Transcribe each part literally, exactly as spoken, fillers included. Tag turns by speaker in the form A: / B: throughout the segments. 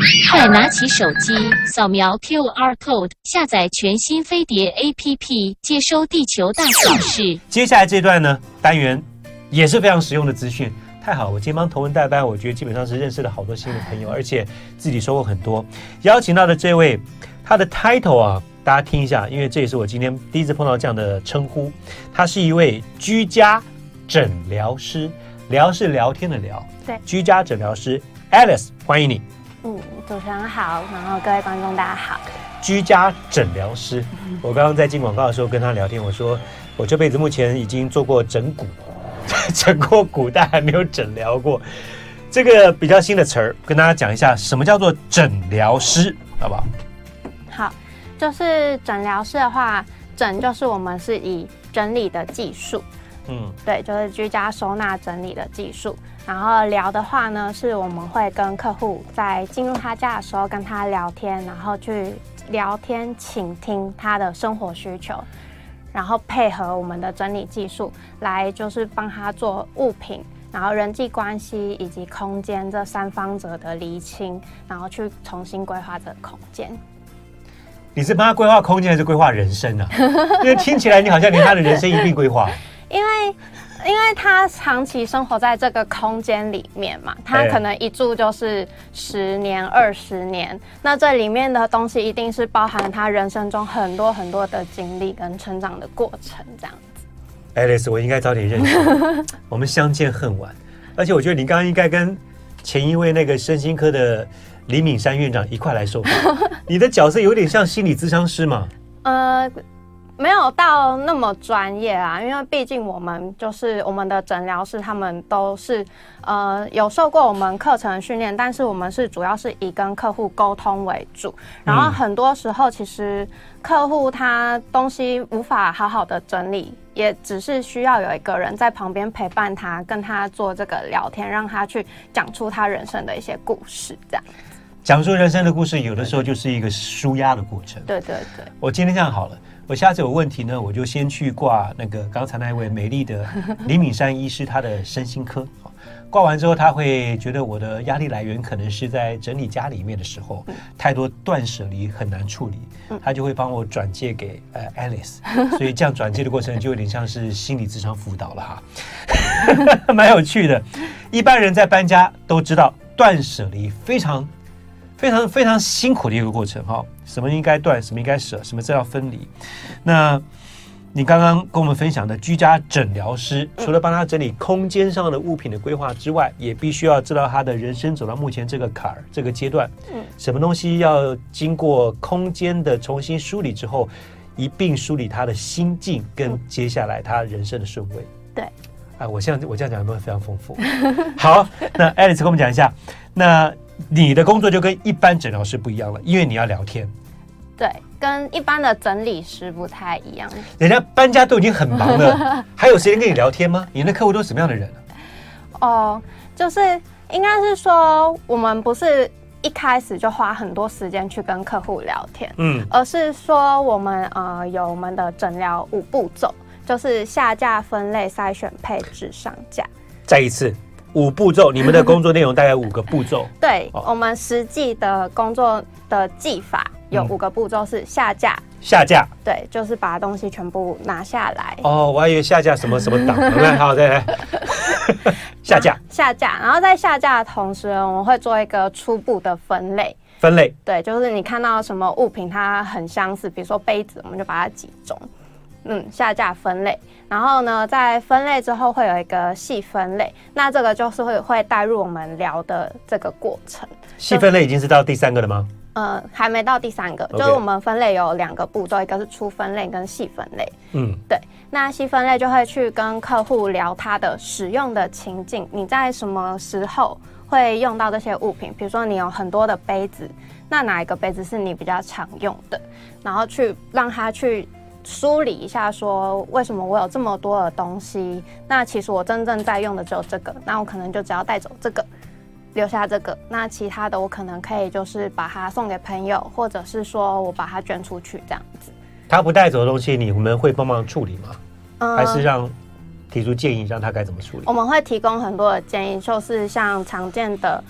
A: 快拿起手机，扫描 Q R code， 下载全新飞碟 A P P， 接收地球大小事。
B: 接下来这段呢，单元也是非常实用的资讯。太好了，我今天帮同文代班，我觉得基本上是认识了好多新的朋友，而且自己收获很多。邀请到的这位，他的 title 啊，大家听一下，因为这也是我今天第一次碰到这样的称呼。他是一位居家诊疗师，聊是聊天的聊，
C: 对，
B: 居家诊疗师 Alice， 欢迎你。
C: 嗯，主持人好，然后各位观众大家好。
B: 居家诊疗师，我刚刚在进广告的时候跟他聊天，我说我这辈子目前已经做过整骨。整过骨，但还没有诊疗过。这个比较新的词儿，跟大家讲一下，什么叫做诊疗师，好不好？
C: 好，就是诊疗师的话，诊就是我们是以整理的技术，嗯，对，就是居家收纳整理的技术。然后聊的话呢，是我们会跟客户在进入他家的时候跟他聊天，然后去聊天倾听他的生活需求。然后配合我们的整理技术来，就是帮他做物品，然后人际关系以及空间这三方者的厘清，然后去重新规划这个空间。
B: 你是帮他规划空间，还是规划人生啊？因为听起来你好像连他的人生一并规划。
C: 因为因为他长期生活在这个空间里面嘛，他可能一住就是十年、二十年，那这里面的东西一定是包含他人生中很多很多的经历跟成长的过程，这样子。
B: Alice， 我应该早点认识，我们相见恨晚。而且我觉得你刚刚应该跟前一位那个身心科的李敏山院长一块来受访，你的角色有点像心理咨商师嘛？
C: 呃。没有到那么专业啊，因为毕竟我们就是我们的诊疗师，他们都是呃有受过我们课程训练，但是我们是主要是以跟客户沟通为主。然后很多时候，其实客户他东西无法好好的整理，也只是需要有一个人在旁边陪伴他，跟他做这个聊天，让他去讲出他人生的一些故事，这样。
B: 讲述人生的故事，有的时候就是一个抒压的过程。
C: 对对对。
B: 我今天这样好了。我下次有问题呢，我就先去挂那个刚才那位美丽的李敏山医师他的身心科，挂完之后他会觉得我的压力来源可能是在整理家里面的时候，太多断舍离很难处理，他就会帮我转介给呃 Alice， 所以这样转介的过程就有点像是心理咨商辅导了哈，蛮有趣的。一般人在搬家都知道断舍离非常非常非常辛苦的一个过程哈。什么应该断，什么应该舍，什么这要分离。那你刚刚跟我们分享的居家诊疗师，除了帮他整理空间上的物品的规划之外，也必须要知道他的人生走到目前这个坎儿、这个阶段，什么东西要经过空间的重新梳理之后，一并梳理他的心境跟接下来他人生的顺位。
C: 对。
B: 啊，我这样我这样讲有没有非常丰富？好，那 Alice 跟我们讲一下，那你的工作就跟一般诊疗师不一样了，因为你要聊天。
C: 对，跟一般的整理师不太一样。
B: 人家搬家都已经很忙了，还有时间跟你聊天吗？你的客户都是什么样的人啊？
C: 哦，就是应该是说，我们不是一开始就花很多时间去跟客户聊天，嗯，而是说我们呃有我们的诊疗五步骤，就是下架、分类、筛选、配置、上架。
B: 再一次。五步骤，你们的工作内容大概五个步骤。
C: 对、哦，我们实际的工作的技法有五个步骤，是下架。
B: 下架。
C: 对，就是把东西全部拿下来。
B: 哦，我还以为下架什么什么档。来，好，再来。下架。
C: 下架，然后在下架的同时，我们会做一个初步的分类。
B: 分类。
C: 对，就是你看到什么物品它很相似，比如说杯子，我们就把它集中。嗯，下架分类，然后呢，在分类之后会有一个细分类，那这个就是会会带入我们聊的这个过程。
B: 细分类已经是到第三个了吗？
C: 呃，还没到第三个， okay. 就是我们分类有两个步骤，一个是初分类跟细分类。嗯，对。那细分类就会去跟客户聊他的使用的情境，你在什么时候会用到这些物品？比如说你有很多的杯子，那哪一个杯子是你比较常用的？然后去让他去。梳理一下说为什么我有这么多的东西，那其实我真正在用的只有这个，那我可能就只要带走这个，留下这个，那其他的我可能可以就是把它送给朋友，或者是说我把它捐出去这样子。
B: 他不带走的东西你们会帮忙处理吗？嗯、还是让提出建议让他该怎么处理？
C: 我们会提供很多的建议，就是像常见的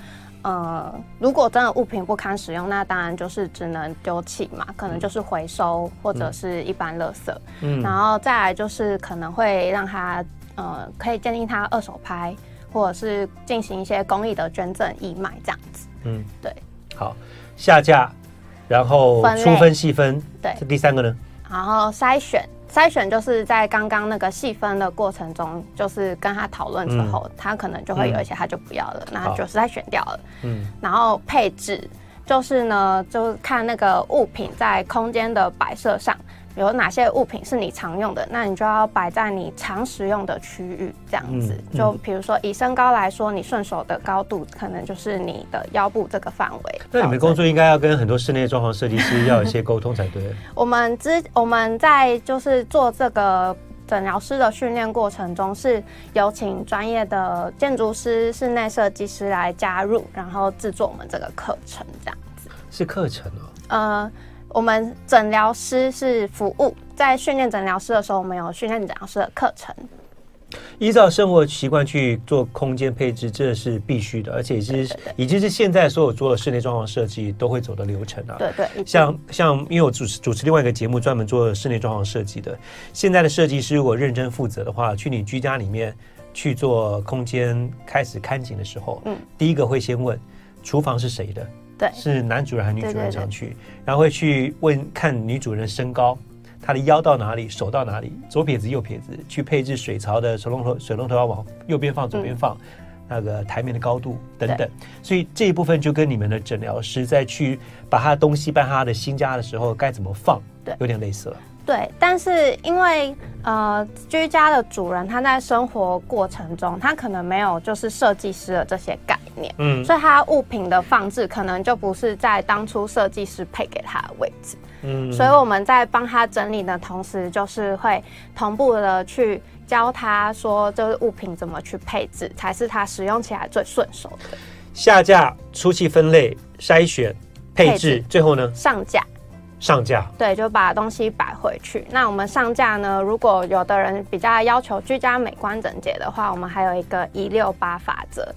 C: 呃，如果真的物品不堪使用，那当然就是只能丢弃嘛，可能就是回收或者是一般垃圾。嗯，然后再来就是可能会让它呃可以建议它二手拍，或者是进行一些公益的捐赠义卖这样子。嗯，对。
B: 好，下架，然后粗分细分，
C: 对。
B: 这第三个呢？
C: 然后筛选。筛选就是在刚刚那个细分的过程中，就是跟他讨论之后，嗯、他可能就会有一些他就不要了，嗯、那就是筛选掉了。嗯，然后配置就是呢，就是看那个物品在空间的摆设上，有哪些物品是你常用的，那你就要摆在你常使用的区域，这样子。嗯、就比如说以身高来说，你顺手的高度可能就是你的腰部这个范围。
B: 那你们工作应该要跟很多室内装潢设计师要有一些沟通才对。
C: 我们之我们在就是做这个诊疗师的训练过程中，是有请专业的建筑师、室内设计师来加入，然后制作我们这个课程，这样子。
B: 是课程哦。
C: 呃。我们诊疗师是服务，在训练诊疗师的时候，我们有训练诊疗师的课程。
B: 依照生活习惯去做空间配置，这是必须的，而且是已经是现在所有做的室内装潢设计都会走的流程啊。
C: 对对，
B: 像像因为我主持主持另外一个节目，专门做室内装潢设计的。现在的设计师如果认真负责的话，去你居家里面去做空间开始看景的时候，嗯，第一个会先问厨房是谁的。
C: 对，
B: 是男主人还是女主人常去，然后会去问看女主人身高，她的腰到哪里，手到哪里，左撇子右撇子，去配置水槽的水龙头，水龙头要往右边放，左边放，嗯、那个台面的高度等等。所以这一部分就跟你们的诊疗师在去把他的东西搬他的新家的时候该怎么放，有点类似了。
C: 对，但是因为呃，居家的主人他在生活过程中，他可能没有就是设计师的这些概念，嗯，所以他物品的放置可能就不是在当初设计师配给他的位置，嗯，所以我们在帮他整理的同时，就是会同步的去教他说，就是物品怎么去配置，才是他使用起来最顺手的。
B: 下架、粗细分类、筛选、配置，配置最后呢？
C: 上架。
B: 上架，
C: 对，就把东西摆回去。那我们上架呢？如果有的人比较要求居家美观整洁的话，我们还有一个一六八法则。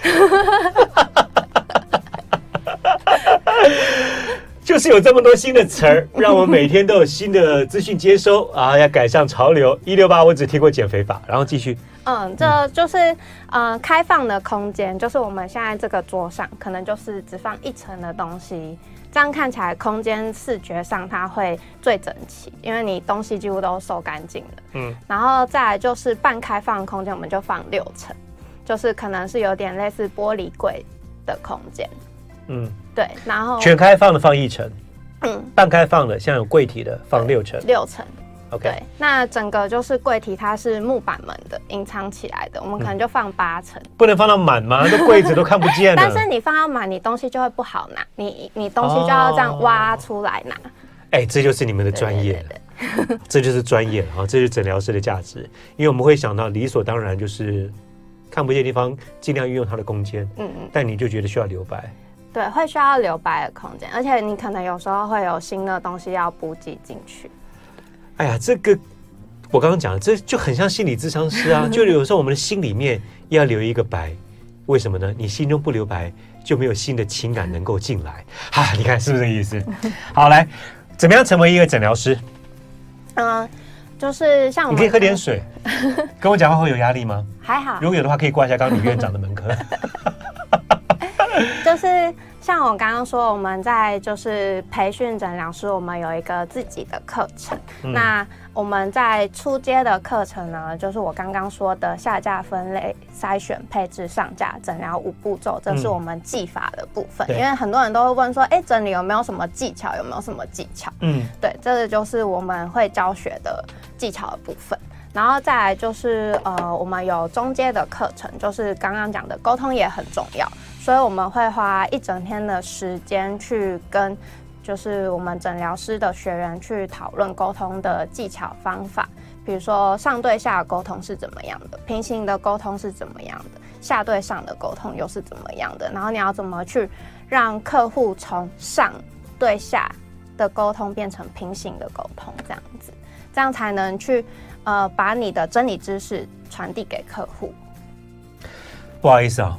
B: 就是有这么多新的词儿，让我每天都有新的资讯接收啊！要赶上潮流。一六八我只听过减肥法，然后继续。
C: 嗯，这就是呃开放的空间，就是我们现在这个桌上可能就是只放一层的东西。这样看起来，空间视觉上它会最整齐，因为你东西几乎都收干净了。嗯，然后再来就是半开放的空间，我们就放六层，就是可能是有点类似玻璃柜的空间。嗯，对，然后
B: 全开放的放一层，嗯，半开放的像有柜体的放六层，
C: 六层。
B: OK，
C: 对，那整个就是柜体，它是木板门的，隐藏起来的，我们可能就放八层、嗯。
B: 不能放到满吗？那柜子都看不见了。
C: 但是你放到满，你东西就会不好拿，你你东西就要这样挖出来拿。
B: 哎、哦欸，这就是你们的专业了，对对对对这就是专业了啊！这就是诊疗师的价值，因为我们会想到理所当然就是看不见的地方尽量运用它的空间，嗯嗯，但你就觉得需要留白。
C: 对，会需要留白的空间，而且你可能有时候会有新的东西要补给进去。
B: 哎呀，这个我刚刚讲，这就很像心理咨商师啊，就有时候我们的心里面要留一个白，为什么呢？你心中不留白，就没有新的情感能够进来。哈，你看是不是这个意思？好，来，怎么样成为一个诊疗师？
C: 嗯，就是像我们
B: 你可以喝点水，跟我讲话会有压力吗？
C: 还好，
B: 如果有的话，可以挂一下刚刚李院长的门课。
C: 就是像我刚刚说，我们在就是培训诊疗师，我们有一个自己的课程。嗯、那我们在初阶的课程呢，就是我刚刚说的下架、分类、筛选、配置、上架、诊疗五步骤，这是我们技法的部分。嗯、因为很多人都会问说，哎、欸，整理有没有什么技巧？有没有什么技巧？嗯，对，这个就是我们会教学的技巧的部分。然后再来就是呃，我们有中阶的课程，就是刚刚讲的沟通也很重要，所以我们会花一整天的时间去跟就是我们诊疗师的学员去讨论沟通的技巧方法，比如说上对下的沟通是怎么样的，平行的沟通是怎么样的，下对上的沟通又是怎么样的，然后你要怎么去让客户从上对下的沟通变成平行的沟通，这样子，这样才能去呃把你的真理知识传递给客户。
B: 不好意思啊，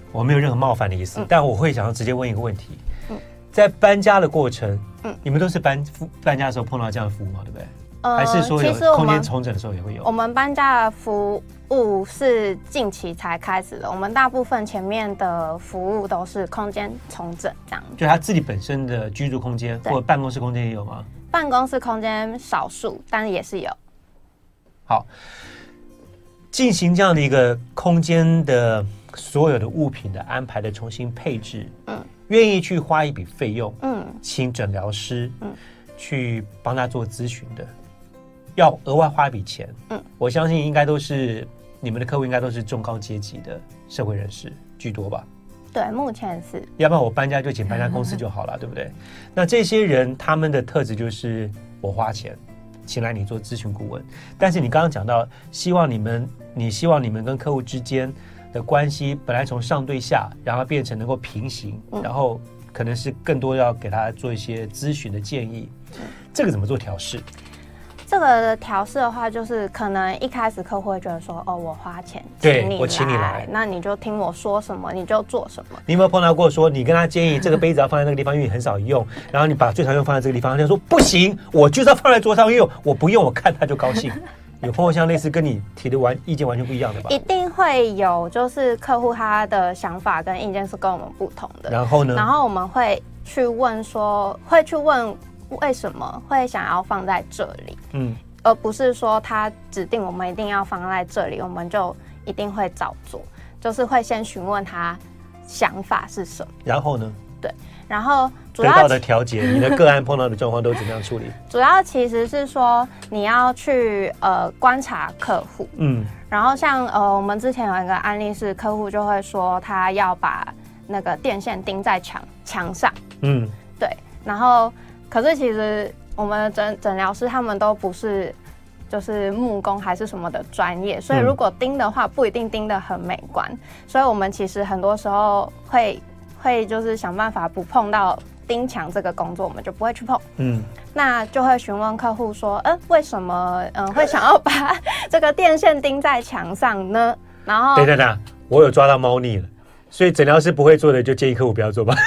B: 我没有任何冒犯的意思，
C: 嗯、
B: 但我会想要直接问一个问题：嗯、在搬家的过程，嗯，你们都是搬搬家的时候碰到这样的服务吗？对不对？呃、还是说有空间重整的时候也会有？
C: 我们搬家的服务是近期才开始的，我们大部分前面的服务都是空间重整这样。
B: 就他自己本身的居住空间或者办公室空间也有吗？
C: 办公室空间少数，但是也是有。
B: 好，进行这样的一个空间的所有的物品的安排的重新配置，嗯，愿意去花一笔费用，嗯，请诊疗师，嗯，去帮他做咨询的，要额外花一笔钱，嗯，我相信应该都是你们的客户，应该都是中高阶级的社会人士居多吧？
C: 对，目前是。
B: 要不然我搬家就请搬家公司就好了，对不对？那这些人他们的特质就是我花钱请来你做咨询顾问，但是你刚刚讲到，希望你们，你希望你们跟客户之间的关系本来从上对下，然后变成能够平行，嗯、然后可能是更多要给他做一些咨询的建议，嗯、这个怎么做调试？
C: 这个调试的话，就是可能一开始客户会觉得说，哦，我花钱请你来，
B: 我请你来，
C: 那你就听我说什么，你就做什么。
B: 你有没有碰到过说，你跟他建议这个杯子要放在那个地方，因为你很少用，然后你把最常用放在这个地方，他就说不行，我就是要放在桌上用，我不用，我看他就高兴。有碰过像类似跟你提的完意见完全不一样的吧？
C: 一定会有，就是客户他的想法跟意见是跟我们不同的。
B: 然后呢？
C: 然后我们会去问说，会去问为什么会想要放在这里？嗯。而不是说他指定我们一定要放在这里，我们就一定会照做，就是会先询问他想法是什么。
B: 然后呢？
C: 对，然后主要
B: 得到的调节，你的个案碰到的状况都怎么样处理？
C: 主要其实是说你要去呃观察客户，嗯，然后像呃我们之前有一个案例是客户就会说他要把那个电线钉在墙墙上，嗯，对，然后可是其实。我们的诊诊疗师他们都不是就是木工还是什么的专业，所以如果钉的话不一定钉得很美观，所以我们其实很多时候会会就是想办法不碰到钉墙这个工作，我们就不会去碰。嗯，那就会询问客户说，呃，为什么嗯、呃、会想要把这个电线钉在墙上呢？然后
B: 等等等，我有抓到猫腻了，所以诊疗师不会做的就建议客户不要做吧。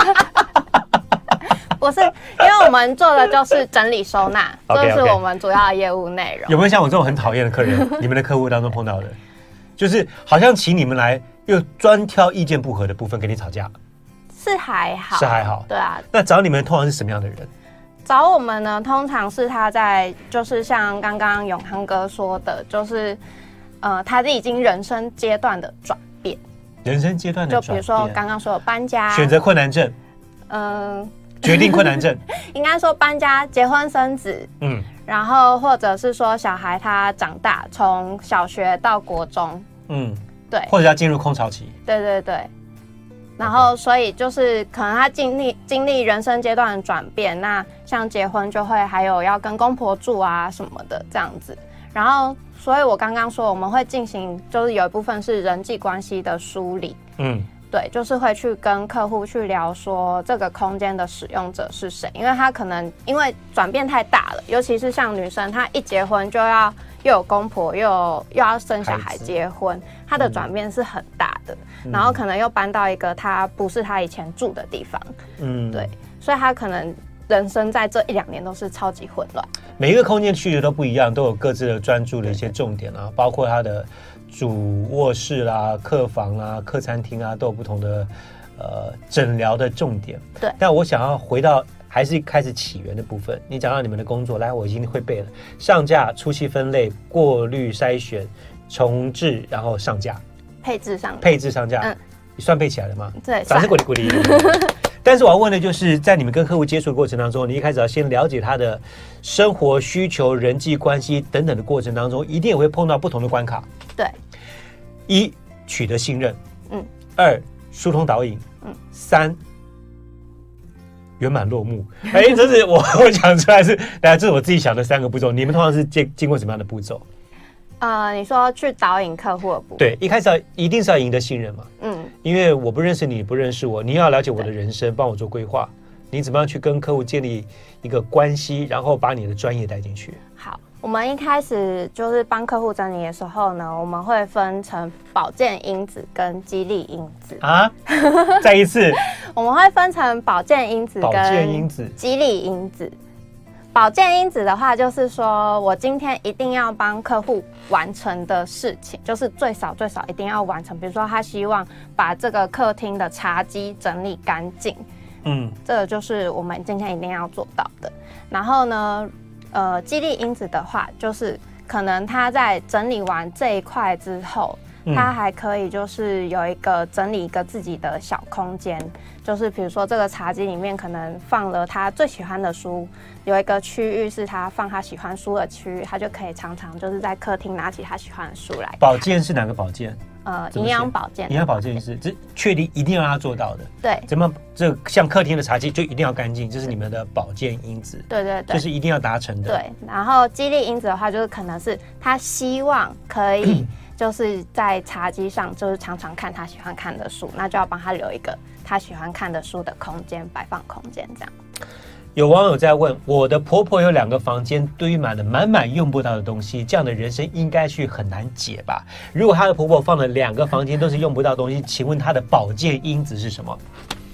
C: 不是，因为我们做的就是整理收纳，这是我们主要的业务内容。
B: 有没有像我这种很讨厌的客人，你们的客户当中碰到的，就是好像请你们来，又专挑意见不合的部分跟你吵架？
C: 是还好，
B: 是还好，
C: 对啊。
B: 那找你们通常是什么样的人？
C: 找我们呢，通常是他在，就是像刚刚永康哥说的，就是呃，他已经人生阶段的转变。
B: 人生阶段的转变，
C: 就比如说刚刚说的搬家，
B: 选择困难症，嗯、呃。决定困难症，
C: 应该说搬家、结婚、生子，嗯，然后或者是说小孩他长大，从小学到国中，嗯，对，
B: 或者要进入空巢期，
C: 对对对，然后所以就是可能他经历经历人生阶段的转变，那像结婚就会还有要跟公婆住啊什么的这样子，然后所以我刚刚说我们会进行，就是有一部分是人际关系的梳理，嗯。对，就是会去跟客户去聊说这个空间的使用者是谁，因为他可能因为转变太大了，尤其是像女生，她一结婚就要又有公婆，又有又要生小孩结婚，她的转变是很大的，嗯、然后可能又搬到一个她不是她以前住的地方，嗯，对，所以她可能人生在这一两年都是超级混乱。
B: 每一个空间区域都不一样，都有各自的专注的一些重点啊，包括它的。主卧室啦、客房啦、客餐厅啊，都有不同的呃诊疗的重点。
C: 对，
B: 但我想要回到还是开始起源的部分。你讲到你们的工作，来，我已经会背了：上架、初期分类、过滤筛选、重置，然后上架、
C: 配置上
B: 配置上架。嗯，你算背起来了吗？
C: 对，
B: 掌声鼓励鼓励。但是我要问的就是，在你们跟客户接触的过程当中，你一开始要先了解他的生活需求、人际关系等等的过程当中，一定也会碰到不同的关卡。
C: 对，
B: 一取得信任，嗯，二疏通导引，嗯，三圆满落幕。哎，这是我我讲出来是，大家这是我自己想的三个步骤。你们通常是经经过什么样的步骤？
C: 呃，你说去导引客户的部分，
B: 对，一开始要一定是要赢得信任嘛，嗯，因为我不认识你，不认识我，你要了解我的人生，帮我做规划， 你怎么样去跟客户建立一个关系，然后把你的专业带进去？
C: 好，我们一开始就是帮客户整理的时候呢，我们会分成保健因子跟激励因子
B: 啊。再一次，
C: 我们会分成保健因子
B: 保健因子、
C: 激励因子。保健因子的话，就是说我今天一定要帮客户完成的事情，就是最少最少一定要完成。比如说，他希望把这个客厅的茶几整理干净，嗯，这个就是我们今天一定要做到的。然后呢，呃，激励因子的话，就是可能他在整理完这一块之后，嗯、他还可以就是有一个整理一个自己的小空间。就是比如说这个茶几里面可能放了他最喜欢的书，有一个区域是他放他喜欢书的区域，他就可以常常就是在客厅拿起他喜欢的书来看。
B: 保健是哪个保健？
C: 呃，营养保健。
B: 营养保健是这确定一定要让他做到的。
C: 对。
B: 怎么这像客厅的茶几就一定要干净，这是你们的保健因子。
C: 对对对。
B: 就是一定要达成的。
C: 对。然后激励因子的话，就是可能是他希望可以就是在茶几上就是常常看他喜欢看的书，那就要帮他留一个他喜欢看的书的空间，摆放空间这样。
B: 有网友在问，我的婆婆有两个房间堆满了满满用不到的东西，这样的人生应该去很难解吧？如果她的婆婆放了两个房间都是用不到的东西，请问她的保健因子是什么？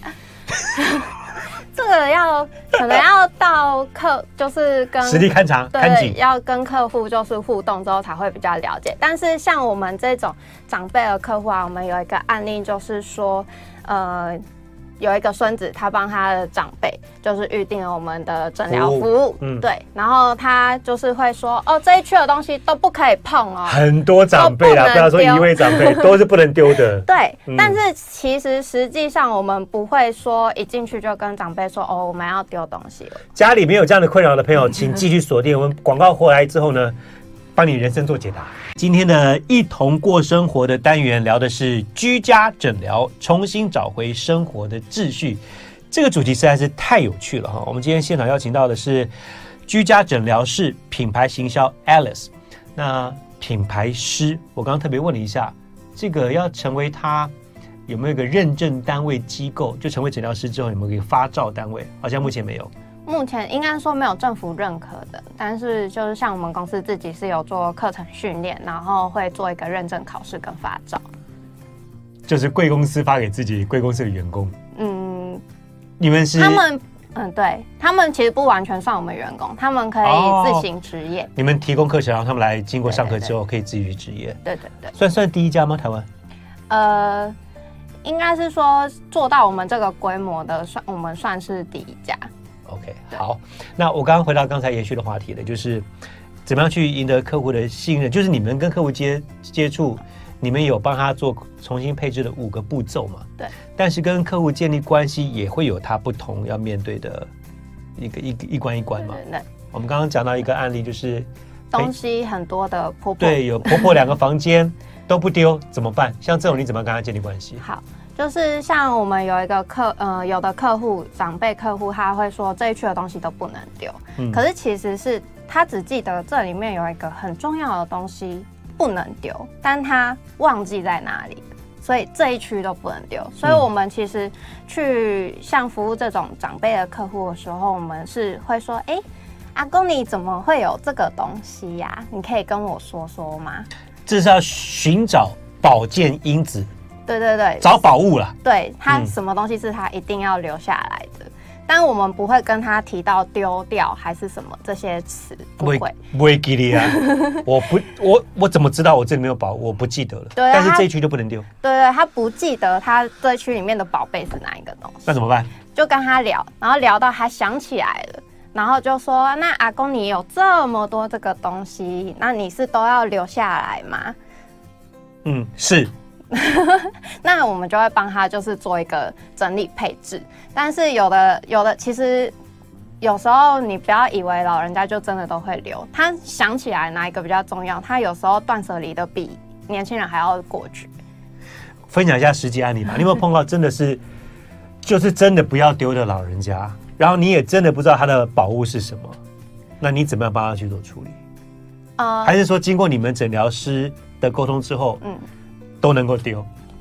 C: 这个要可能要到客，就是跟
B: 实地勘察，看景，
C: 要跟客户就是互动之后才会比较了解。但是像我们这种长辈的客户啊，我们有一个案例，就是说，呃。有一个孙子，他帮他的长辈就是预定了我们的诊疗服务，嗯，对，然后他就是会说，哦，这一区的东西都不可以碰哦。
B: 很多长辈啦，不要说一位长辈，都是不能丢的。
C: 对，嗯、但是其实实际上我们不会说一进去就跟长辈说，哦，我们要丢东西了。
B: 家里没有这样的困扰的朋友，请继续锁定我们广告回来之后呢，帮你人生做解答。今天的一同过生活的单元聊的是居家诊疗，重新找回生活的秩序。这个主题实在是太有趣了哈！我们今天现场邀请到的是居家诊疗室品牌行销 Alice。那品牌师，我刚刚特别问了一下，这个要成为他有没有一个认证单位机构，就成为诊疗师之后有没有一个发照单位？好像目前没有。
C: 目前应该说没有政府认可的，但是就是像我们公司自己是有做课程训练，然后会做一个认证考试跟发照。
B: 就是贵公司发给自己贵公司的员工。嗯，你们是
C: 他们嗯，对他们其实不完全算我们员工，他们可以自行执业。哦、
B: 你们提供课程，然后他们来经过上课之后可以自己去执业。
C: 对对对，
B: 算算第一家吗？台湾？
C: 呃，应该是说做到我们这个规模的，算我们算是第一家。
B: OK， 好，那我刚刚回到刚才延续的话题了，就是怎么样去赢得客户的信任，就是你们跟客户接接触，你们有帮他做重新配置的五个步骤嘛？
C: 对。
B: 但是跟客户建立关系也会有他不同要面对的一个一个一关一关嘛。
C: 对对对。
B: 我们刚刚讲到一个案例，就是
C: 东西很多的婆婆，
B: 对，有婆婆两个房间都不丢怎么办？像这种你怎么跟他建立关系？
C: 好。就是像我们有一个客，呃，有的客户长辈客户，他会说这一区的东西都不能丢，嗯、可是其实是他只记得这里面有一个很重要的东西不能丢，但他忘记在哪里，所以这一区都不能丢。所以我们其实去像服务这种长辈的客户的时候，我们是会说，哎、欸，阿公你怎么会有这个东西呀、啊？你可以跟我说说吗？
B: 这是要寻找保健因子。
C: 对对对，
B: 找宝物啦。
C: 对，他什么东西是他一定要留下来的，嗯、但我们不会跟他提到丢掉还是什么这些词，不会，
B: 不会记得啊。我不，我我怎么知道我这里没有宝？我不记得了。对，但是这一区就不能丢。
C: 对对，他不记得他这一区里面的宝贝是哪一个东西，
B: 那怎么办？
C: 就跟他聊，然后聊到他想起来了，然后就说：“那阿公，你有这么多这个东西，那你是都要留下来吗？”
B: 嗯，是。
C: 那我们就会帮他就是做一个整理配置，但是有的有的其实有时候你不要以为老人家就真的都会留，他想起来哪一个比较重要，他有时候断舍离的比年轻人还要过绝。
B: 分享一下实际案例吧，你有没有碰到真的是就是真的不要丢的老人家，然后你也真的不知道他的宝物是什么，那你怎么样帮他去做处理？呃，还是说经过你们诊疗师的沟通之后，嗯。都能够丢，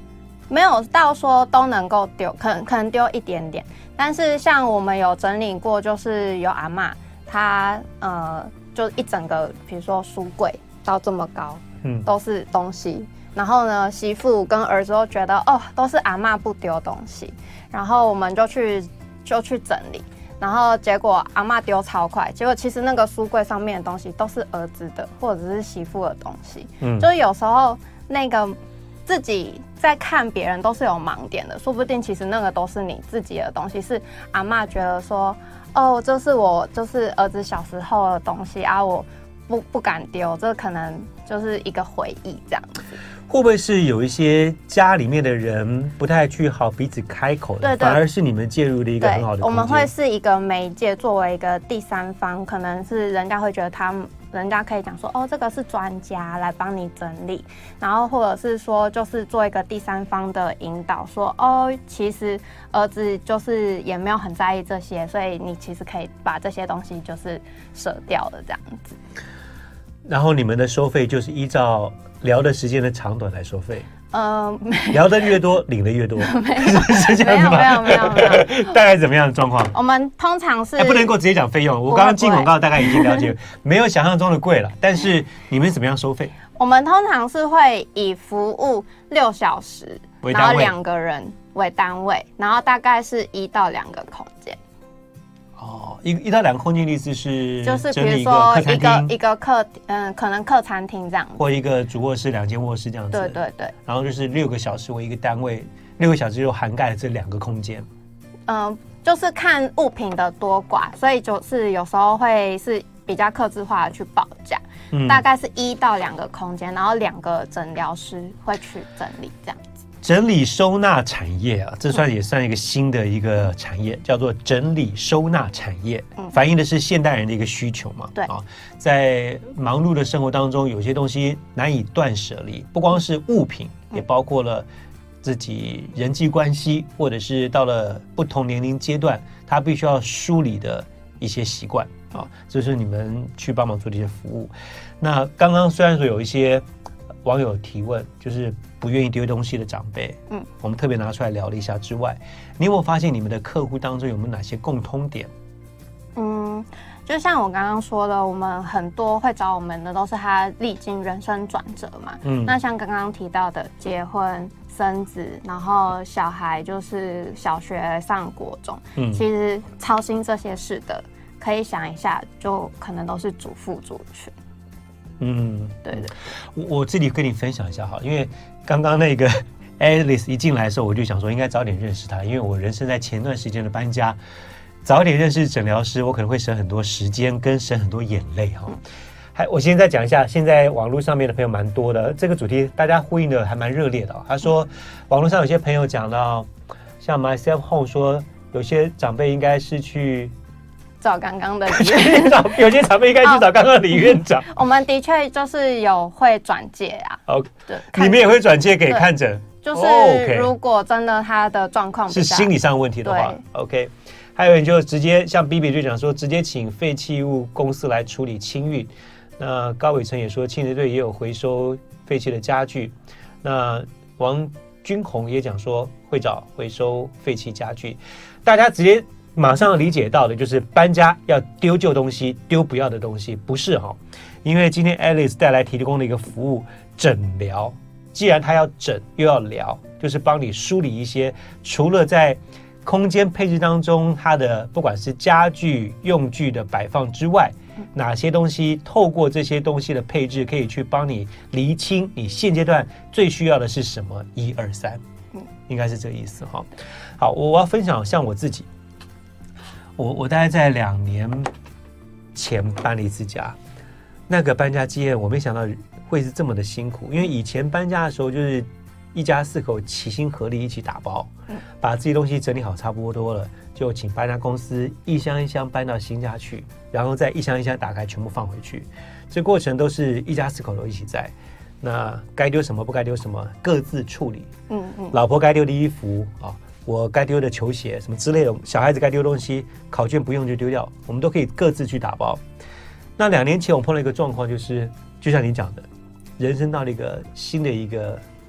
C: 没有到说都能够丢，可能可能丢一点点。但是像我们有整理过，就是有阿嬷，她呃就一整个，比如说书柜到这么高，嗯，都是东西。然后呢，媳妇跟儿子都觉得哦，都是阿嬷不丢东西，然后我们就去就去整理。然后结果阿嬷丢超快，结果其实那个书柜上面的东西都是儿子的或者是媳妇的东西，嗯，就是有时候那个自己在看别人都是有盲点的，说不定其实那个都是你自己的东西，是阿嬷觉得说，哦，这是我就是儿子小时候的东西啊，我不不敢丢，这可能就是一个回忆这样子。
B: 会不会是有一些家里面的人不太去好彼此开口的，对对，反而是你们介入的一个很好的空间？
C: 我们会是一个媒介，作为一个第三方，可能是人家会觉得他们，人家可以讲说，哦，这个是专家来帮你整理，然后或者是说，就是做一个第三方的引导，说，哦，其实儿子就是也没有很在意这些，所以你其实可以把这些东西就是舍掉了这样子。
B: 然后你们的收费就是依照聊的时间的长短来收费，
C: 嗯、呃，
B: 聊的越多，领的越多，
C: 没
B: 有，是这样子吗？
C: 没有，没有，没有，没有。
B: 大概怎么样的状况？
C: 我们通常是、
B: 欸、不能够直接讲费用，我刚刚进广告大概已经了解，没有想象中的贵了。但是你们怎么样收费？
C: 我们通常是会以服务六小时，然后两个人为单位，然后大概是一到两个空间。
B: 哦，一一到两个空间的意思是，
C: 就是比如说一个一个客，嗯，可能客餐厅这样，
B: 或一个主卧室、两间卧室这样子。
C: 对对对。
B: 然后就是六个小时为一个单位，六个小时就涵盖了这两个空间。
C: 嗯，就是看物品的多寡，所以就是有时候会是比较客制化的去报价，嗯、大概是一到两个空间，然后两个诊疗师会去整理这样。
B: 整理收纳产业啊，这算也算一个新的一个产业，叫做整理收纳产业，嗯、反映的是现代人的一个需求嘛。
C: 对
B: 啊，在忙碌的生活当中，有些东西难以断舍离，不光是物品，也包括了自己人际关系，或者是到了不同年龄阶段，他必须要梳理的一些习惯啊，这是你们去帮忙做这些服务。那刚刚虽然说有一些网友提问，就是不愿意丢东西的长辈，嗯，我们特别拿出来聊了一下之外，你有没有发现你们的客户当中有没有哪些共通点？
C: 嗯，就像我刚刚说的，我们很多会找我们的都是他历经人生转折嘛，嗯，那像刚刚提到的结婚、生子，然后小孩就是小学上国中，嗯，其实操心这些事的，可以想一下，就可能都是主妇族群。嗯，对的。
B: 我我自己跟你分享一下哈，因为刚刚那个 Alice 一进来的时候，我就想说应该早点认识她，因为我人生在前段时间的搬家，早点认识诊疗师，我可能会省很多时间跟省很多眼泪哈。还我现在讲一下，现在网络上面的朋友蛮多的，这个主题大家呼应的还蛮热烈的。他说，网络上有些朋友讲到，像 Myself Home 说，有些长辈应该是去。
C: 找刚刚的李院
B: 长，有些长辈应该去找刚刚的李院长。
C: 我们的确就是有会转介啊，
B: 哦，对，你们也会转介给看诊，
C: 就是如果真的他的状况
B: 是心理上问题的话 ，OK。还有人就直接像 B B 就讲说，直接请废弃物公司来处理清运。那高伟成也说，清洁队也有回收废弃的家具。那王君宏也讲说，会找回收废弃家具。大家直接马上理解到的就是搬家要丢旧东西，丢不要的东西，不是哈？因为今天 Alice 带来提供的一个服务诊疗，既然他要诊又要疗，就是帮你梳理一些除了在空间配置当中它的不管是家具用具的摆放之外，哪些东西透过这些东西的配置可以去帮你厘清你现阶段最需要的是什么，一二三，应该是这个意思哈。好，我要分享像我自己。我我大概在两年前搬了一次家，那个搬家经验我没想到会是这么的辛苦，因为以前搬家的时候就是一家四口齐心合力一起打包，把自己东西整理好差不多了，就请搬家公司一箱一箱搬到新家去，然后再一箱一箱打开全部放回去，这过程都是一家四口都一起在，那该丢什么不该丢什么各自处理，嗯嗯，老婆该丢的衣服啊。我该丢的球鞋什么之类的，小孩子该丢东西，考卷不用就丢掉，我们都可以各自去打包。那两年前我碰到一个状况，就是就像你讲的，人生到了一个新的一个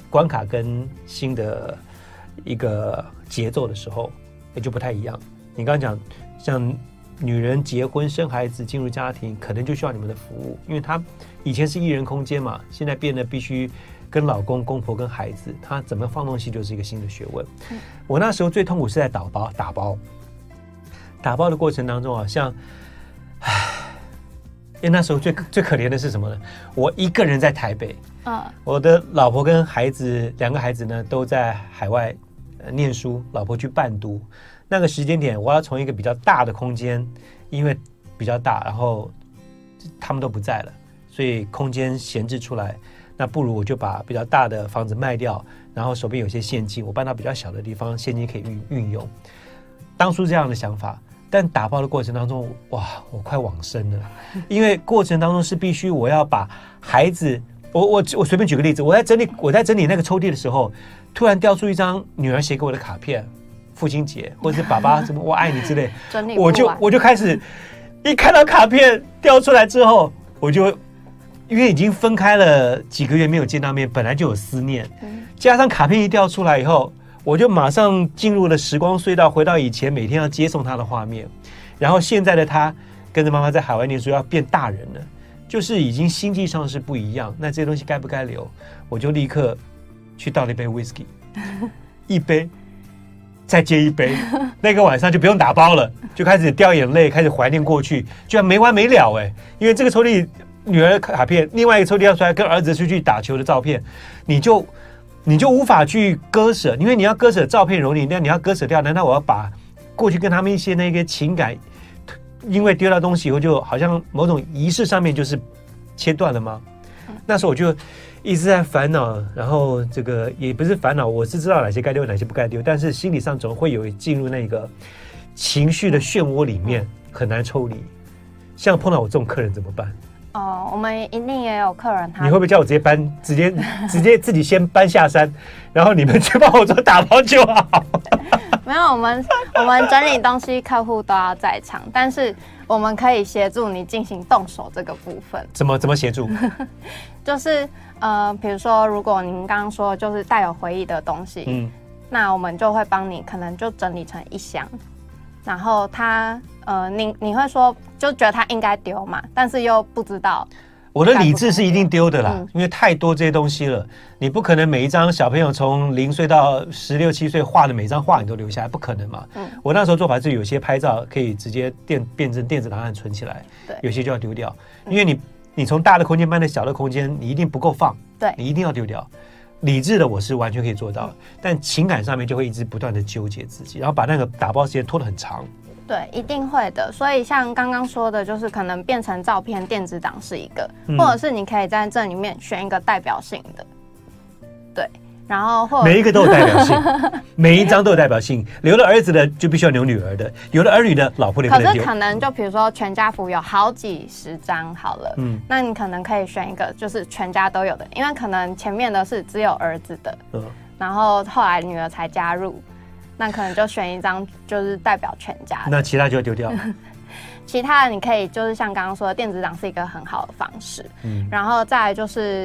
B: 关卡跟新的一个节奏的时候，也就不太一样。你刚刚讲，像女人结婚生孩子进入家庭，可能就需要你们的服务，因为她以前是一人空间嘛，现在变得必须跟老公、公婆跟孩子，她怎么放东西就是一个新的学问。嗯、我那时候最痛苦是在打包、打包、打包的过程当中啊，像，唉。因为那时候最最可怜的是什么呢？我一个人在台北，嗯，我的老婆跟孩子两个孩子呢都在海外、呃、念书，老婆去伴读。那个时间点，我要从一个比较大的空间，因为比较大，然后他们都不在了，所以空间闲置出来。那不如我就把比较大的房子卖掉，然后手边有些现金，我搬到比较小的地方，现金可以运运用。当初这样的想法。但打包的过程当中，哇，我快往生了，因为过程当中是必须我要把孩子，我我我随便举个例子，我在整理我在整理那个抽屉的时候，突然掉出一张女儿写给我的卡片，父亲节或者是爸爸什么我爱你之类，我就我就开始一看到卡片掉出来之后，我就因为已经分开了几个月没有见到面，本来就有思念，加上卡片一掉出来以后。我就马上进入了时光隧道，回到以前每天要接送他的画面，然后现在的他跟着妈妈在海外念书，要变大人了，就是已经心境上是不一样。那这些东西该不该留？我就立刻去倒了一杯 whisky， 一杯再接一杯，那个晚上就不用打包了，就开始掉眼泪，开始怀念过去，居然没完没了哎、欸！因为这个抽屉女儿的卡片，另外一个抽屉要出来跟儿子出去打球的照片，你就。你就无法去割舍，因为你要割舍照片容易，那你要割舍掉，难道我要把过去跟他们一些那个情感，因为丢掉东西以后，就好像某种仪式上面就是切断了吗？那时候我就一直在烦恼，然后这个也不是烦恼，我是知道哪些该丢，哪些不该丢，但是心理上总会有进入那个情绪的漩涡里面，很难抽离。像碰到我这种客人怎么办？
C: 哦，我们一定也有客人他，
B: 你会不会叫我直接搬，直接直接自己先搬下山，然后你们去帮我做打包就好？
C: 没有，我们我们整理东西，客户都要在场，但是我们可以协助你进行动手这个部分。
B: 怎么怎么协助？
C: 就是呃，比如说，如果您刚刚说就是带有回忆的东西，嗯，那我们就会帮你，可能就整理成一箱，然后它呃，你你会说就觉得它应该丢嘛，但是又不知道。
B: 我的理智是一定丢的啦，嗯、因为太多这些东西了，你不可能每一张小朋友从零岁到十六七岁画的每一张画你都留下来，不可能嘛。嗯、我那时候做法是有些拍照可以直接电变成电子档案存起来，有些就要丢掉，因为你你从大的空间搬到小的空间，你一定不够放，
C: 对，
B: 你一定要丢掉。理智的我是完全可以做到，嗯、但情感上面就会一直不断的纠结自己，然后把那个打包时间拖得很长。
C: 对，一定会的。所以像刚刚说的，就是可能变成照片、电子档是一个，嗯、或者是你可以在这里面选一个代表性的，对，然后或者
B: 每一个都有代表性，每一张都有代表性。留了儿子的就必须要留女儿的，有了儿女的老婆也不能丢。
C: 可是可能就比如说全家福有好几十张好了，嗯，那你可能可以选一个就是全家都有的，因为可能前面的是只有儿子的，嗯，然后后来女儿才加入。那可能就选一张，就是代表全家的。
B: 那其他就丢掉。
C: 其他的你可以就是像刚刚说的，电子档是一个很好的方式。嗯，然后再来就是，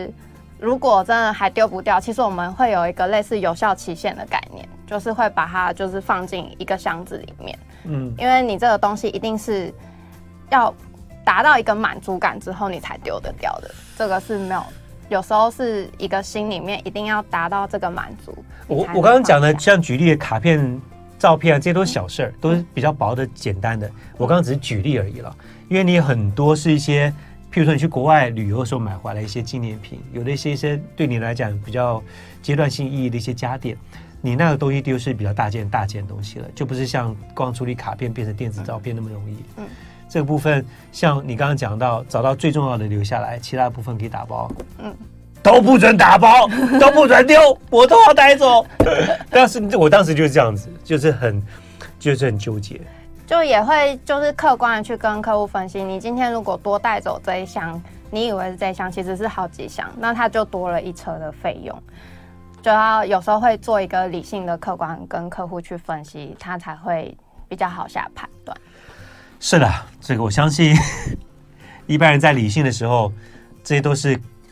C: 如果真的还丢不掉，其实我们会有一个类似有效期限的概念，就是会把它就是放进一个箱子里面。嗯，因为你这个东西一定是要达到一个满足感之后，你才丢得掉的。这个是没有。有时候是一个心里面一定要达到这个满足。
B: 我我刚刚讲的，像举例的卡片、照片啊，这些都是小事儿，都是比较薄的、简单的。我刚刚只是举例而已了，因为你很多是一些，譬如说你去国外旅游的时候买回来一些纪念品，有的一些一些对你来讲比较阶段性意义的一些家电，你那个东西丢是比较大件大件的东西了，就不是像光处理卡片变成电子照片那么容易。嗯。这个部分，像你刚刚讲到，找到最重要的留下来，其他部分可以打包，嗯，都不准打包，都不准丢，我都要带走。但是我当时就是这样子，就是很，就是很纠结，
C: 就也会就是客观的去跟客户分析，你今天如果多带走这一箱，你以为是这一箱，其实是好几箱，那它就多了一车的费用。就要有时候会做一个理性的客观跟客户去分析，他才会比较好下判断。
B: 是的，这个我相信一般人在理性的时候，这些都是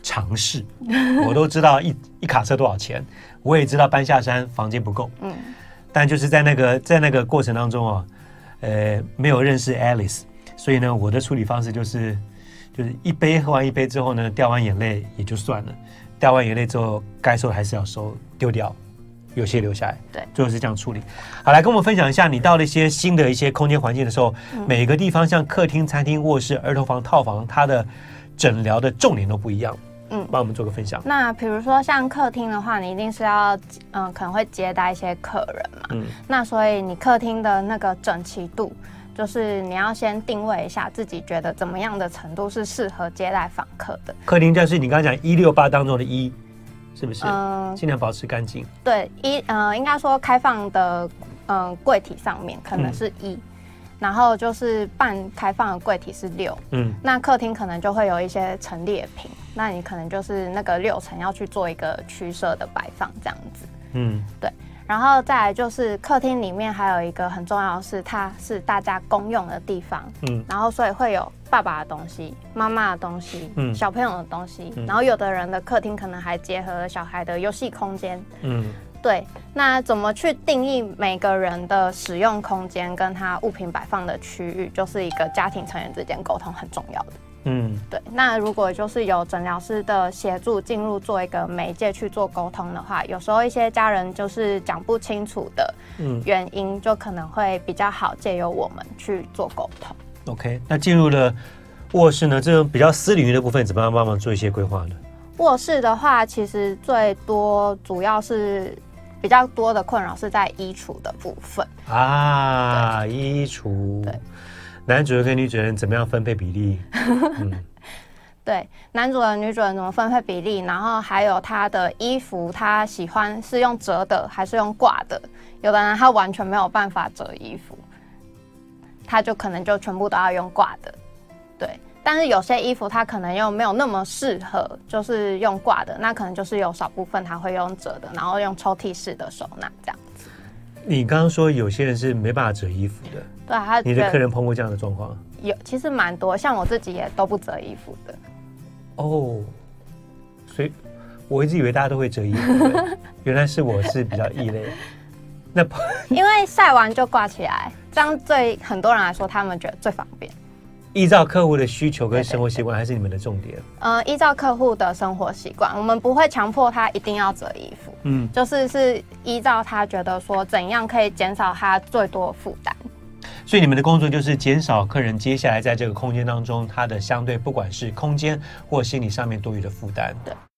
B: 常识，我都知道一一卡车多少钱，我也知道搬下山房间不够，嗯，但就是在那个在那个过程当中啊，呃，没有认识 Alice， 所以呢，我的处理方式就是就是一杯喝完一杯之后呢，掉完眼泪也就算了，掉完眼泪之后该收还是要收，丢掉。有些留下来，
C: 对，
B: 最后是这样处理。好，来跟我们分享一下，你到了一些新的一些空间环境的时候，嗯、每个地方像客厅、餐厅、卧室、儿童房、套房，它的诊疗的重点都不一样。嗯，帮我们做个分享。
C: 那比如说像客厅的话，你一定是要嗯、呃、可能会接待一些客人嘛，嗯，那所以你客厅的那个整齐度，就是你要先定位一下自己觉得怎么样的程度是适合接待访客的。
B: 客厅就是你刚刚讲一六八当中的一。是不是？嗯，尽量保持干净。
C: 对，一呃，应该说开放的嗯、呃、柜体上面可能是一、嗯，然后就是半开放的柜体是六，嗯，那客厅可能就会有一些陈列品，那你可能就是那个六层要去做一个取舍的摆放这样子，嗯，对。然后再来就是客厅里面还有一个很重要的是，它是大家公用的地方，嗯，然后所以会有爸爸的东西、妈妈的东西、嗯、小朋友的东西，嗯、然后有的人的客厅可能还结合了小孩的游戏空间，嗯，对。那怎么去定义每个人的使用空间跟他物品摆放的区域，就是一个家庭成员之间沟通很重要的。嗯，对。那如果就是有诊疗师的协助进入做一个媒介去做沟通的话，有时候一些家人就是讲不清楚的原因，就可能会比较好借由我们去做沟通。
B: OK， 那进入了卧室呢，这种比较私领域的部分，怎么样帮忙做一些规划呢？
C: 卧室的话，其实最多主要是比较多的困扰是在衣橱的部分
B: 啊，衣橱。对。男主人跟女主人怎么样分配比例？嗯，
C: 对，男主人、女主人怎么分配比例？然后还有他的衣服，他喜欢是用折的还是用挂的？有的人他完全没有办法折衣服，他就可能就全部都要用挂的。对，但是有些衣服他可能又没有那么适合，就是用挂的，那可能就是有少部分他会用折的，然后用抽屉式的收纳这样子。
B: 你刚刚说有些人是没办法折衣服的。
C: 对啊，
B: 你的客人碰过这样的状况？
C: 有，其实蛮多，像我自己也都不折衣服的。
B: 哦，所以我一直以为大家都会折衣服的，原来是我是比较异类。那
C: 因为晒完就挂起来，这样对很多人来说，他们觉得最方便。
B: 依照客户的需求跟生活习惯，还是你们的重点？
C: 呃，依照客户的生活习惯，我们不会强迫他一定要折衣服，嗯，就是是依照他觉得说怎样可以减少他最多的负担。
B: 所以你们的工作就是减少客人接下来在这个空间当中他的相对不管是空间或心理上面多余的负担。
C: 对。